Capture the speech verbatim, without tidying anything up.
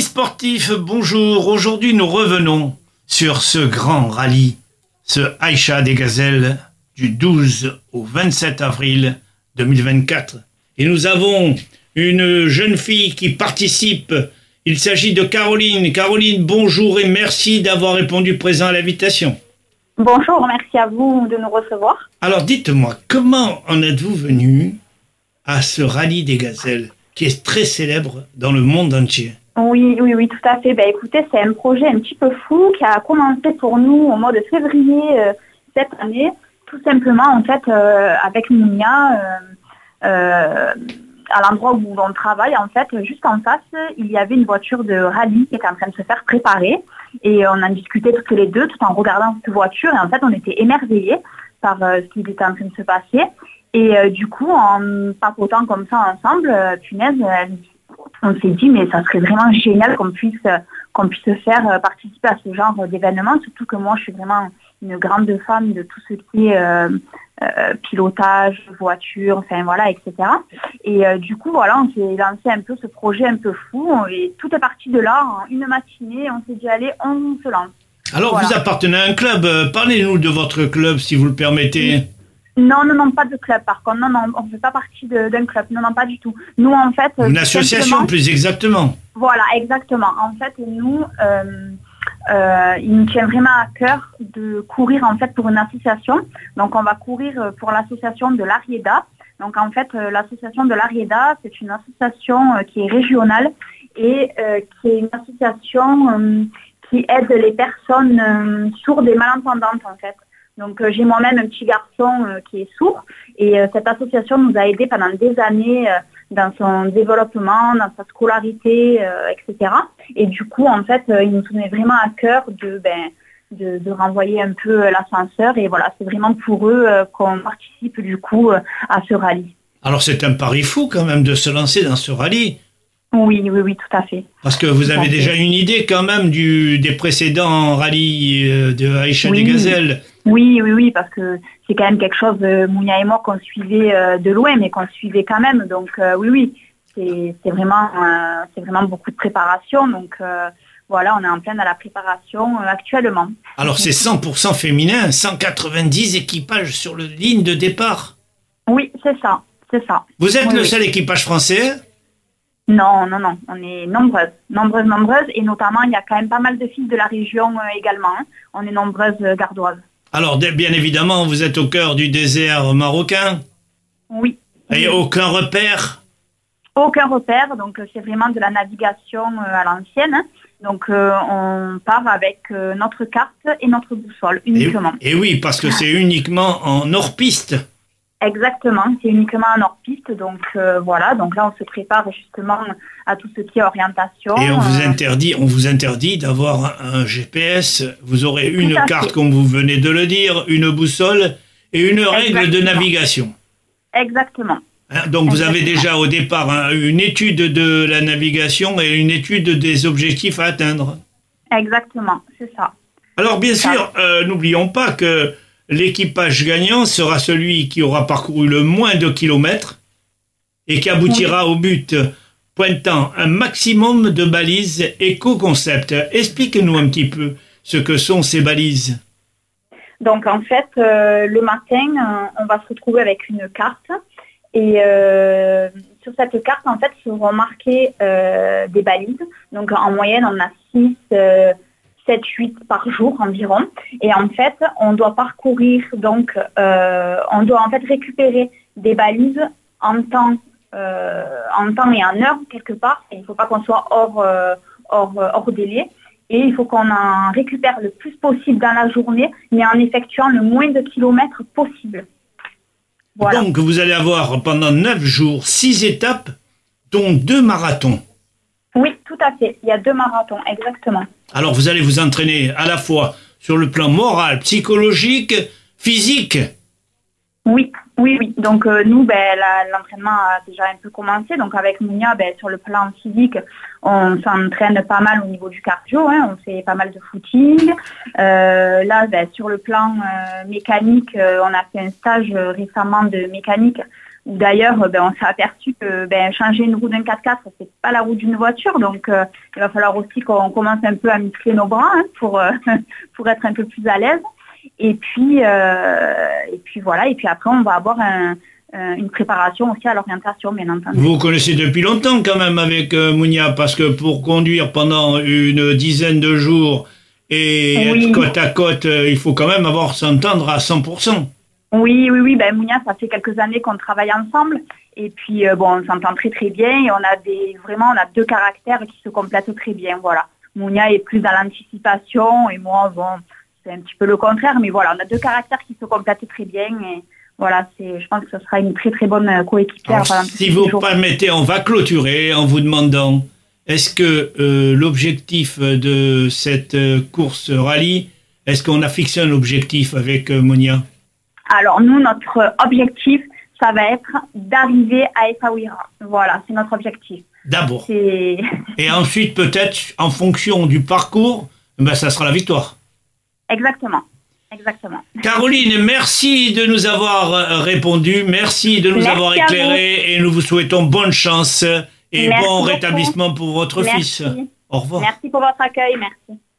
Amis sportifs, bonjour. Aujourd'hui, nous revenons sur ce grand rallye, ce Aïcha des Gazelles du douze au vingt-sept avril deux mille vingt-quatre. Et nous avons une jeune fille qui participe. Il s'agit de Caroline. Caroline, bonjour et merci d'avoir répondu présent à l'invitation. Bonjour, merci à vous de nous recevoir. Alors dites-moi, comment en êtes-vous venu à ce rallye des Gazelles qui est très célèbre dans le monde entier? Oui, oui, oui, tout à fait. Ben, écoutez, c'est un projet un petit peu fou qui a commencé pour nous au mois de février euh, cette année. Tout simplement, en fait, euh, avec Mounia, euh, euh, à l'endroit où on travaille, en fait, juste en face, il y avait une voiture de rallye qui était en train de se faire préparer. Et on en discutait toutes les deux, tout en regardant cette voiture. Et en fait, on était émerveillés par euh, ce qui était en train de se passer. Et euh, du coup, en papotant comme ça ensemble, euh, punaise, euh, on s'est dit, mais ça serait vraiment génial qu'on puisse, euh, qu'on puisse faire euh, participer à ce genre d'événement. Surtout que moi, je suis vraiment une grande fan de tout ce qui est euh, euh, pilotage, voiture, enfin voilà, et cetera. Et euh, du coup, voilà, on s'est lancé un peu ce projet un peu fou. Et tout est parti de là. En une matinée, on s'est dit, allez, on se lance. Alors, voilà. Vous appartenez à un club. Parlez-nous de votre club, si vous le permettez. Oui. Non, non, non, pas de club par contre. Non, non, on ne fait pas partie de, d'un club. Non, non, pas du tout. Nous, en fait... Une association, plus exactement. Voilà, exactement. En fait, nous, euh, euh, il nous tient vraiment à cœur de courir, en fait, pour une association. Donc, on va courir pour l'association de l'Arieda. Donc, en fait, l'association de l'Arieda, c'est une association qui est régionale et euh, qui est une association euh, qui aide les personnes euh, sourdes et malentendantes, en fait. Donc euh, j'ai moi-même un petit garçon euh, qui est sourd et euh, cette association nous a aidés pendant des années euh, dans son développement, dans sa scolarité, euh, et cetera. Et du coup, en fait, euh, il nous tenait vraiment à cœur de, ben, de, de renvoyer un peu l'ascenseur et voilà, c'est vraiment pour eux euh, qu'on participe du coup euh, à ce rallye. Alors c'est un pari fou quand même de se lancer dans ce rallye. Oui, oui, oui, tout à fait. Parce que vous avez déjà une idée quand même du, des précédents rallyes de Aïcha oui. des Gazelles. Oui, oui, oui, parce que c'est quand même quelque chose, euh, Mounia et moi, qu'on suivait euh, de loin, mais qu'on suivait quand même. Donc euh, oui, oui, c'est, c'est, vraiment, euh, c'est vraiment beaucoup de préparation. Donc euh, voilà, on est en plein dans la préparation euh, actuellement. Alors c'est cent pour cent féminin, cent quatre-vingt-dix équipages sur la ligne de départ. Oui, c'est ça, c'est ça. Vous êtes oui, le oui. seul équipage français ? Non, non, non, on est nombreuses, nombreuses, nombreuses, et notamment il y a quand même pas mal de filles de la région euh, également. Hein. On est nombreuses euh, gardoises. Alors, bien évidemment, vous êtes au cœur du désert marocain ? Oui. Et oui. aucun repère ? Aucun repère, donc euh, c'est vraiment de la navigation euh, à l'ancienne. Hein. Donc euh, on part avec euh, notre carte et notre boussole uniquement. Et, et oui, parce que c'est uniquement en hors-piste. Exactement, c'est uniquement en hors-piste, donc euh, voilà, donc là on se prépare justement à tout ce qui est orientation. Et on vous interdit, on vous interdit d'avoir un, un G P S, vous aurez une carte fait. Comme vous venez de le dire, une boussole et une Exactement. Règle de navigation. Exactement. Hein, donc Exactement. Vous avez déjà au départ hein, une étude de la navigation et une étude des objectifs à atteindre. Exactement, c'est ça. Alors bien c'est sûr, euh, n'oublions pas que l'équipage gagnant sera celui qui aura parcouru le moins de kilomètres et qui aboutira oui. au but, pointant un maximum de balises éco-concept. Explique-nous un petit peu ce que sont ces balises. Donc en fait, euh, le matin, euh, on va se retrouver avec une carte et euh, sur cette carte, en fait, seront marquées euh, des balises. Donc en moyenne, on a six... Euh, sept huit par jour environ. Et en fait, on doit parcourir, donc, euh, on doit en fait récupérer des balises en temps, euh, en temps et en heure, quelque part. Et il ne faut pas qu'on soit hors, euh, hors, hors délai. Et il faut qu'on en récupère le plus possible dans la journée, mais en effectuant le moins de kilomètres possible. Voilà. Donc, vous allez avoir pendant neuf jours, six étapes, dont deux marathons. Oui, tout à fait. Il y a deux marathons, exactement. Alors, vous allez vous entraîner à la fois sur le plan moral, psychologique, physique. Oui, oui, oui. Donc, euh, nous, ben, la, l'entraînement a déjà un peu commencé. Donc, avec Mounia, ben, sur le plan physique, on s'entraîne pas mal au niveau du cardio. Hein. On fait pas mal de footing. Euh, là, ben, sur le plan euh, mécanique, euh, on a fait un stage euh, récemment de mécanique où d'ailleurs, ben, on s'est aperçu que ben, changer une roue d'un quatre-quatre, c'est pas la roue d'une voiture. Donc, euh, il va falloir aussi qu'on commence un peu à muscler nos bras hein, pour, euh, pour être un peu plus à l'aise. Et puis, euh, et puis voilà. Et puis après, on va avoir un, un, une préparation aussi à l'orientation, bien entendu. Vous connaissez depuis longtemps quand même avec euh, Mounia, parce que pour conduire pendant une dizaine de jours et oui. être côte à côte, euh, il faut quand même avoir s'entendre à cent pour cent. Oui, oui, oui. Ben, Mounia, ça fait quelques années qu'on travaille ensemble. Et puis, euh, bon, on s'entend très, très bien. Et on a des, vraiment, on a deux caractères qui se complètent très bien. Voilà. Mounia est plus dans l'anticipation et moi, bon, c'est un petit peu le contraire. Mais voilà, on a deux caractères qui se complètent très bien. Et voilà, c'est, je pense que ce sera une très, très bonne coéquipière. Alors, si vous permettez, on va clôturer en vous demandant, est-ce que euh, l'objectif de cette course rallye, est-ce qu'on a fixé un objectif avec euh, Mounia? Alors, nous, notre objectif, ça va être d'arriver à Essaouira. Voilà, c'est notre objectif. D'abord. C'est... Et ensuite, peut-être, en fonction du parcours, ben, ça sera la victoire. Exactement. Exactement. Caroline, merci de nous avoir répondu. Merci de nous merci avoir éclairés. Et nous vous souhaitons bonne chance et merci bon beaucoup. rétablissement pour votre merci. fils. Au revoir. Merci pour votre accueil. Merci.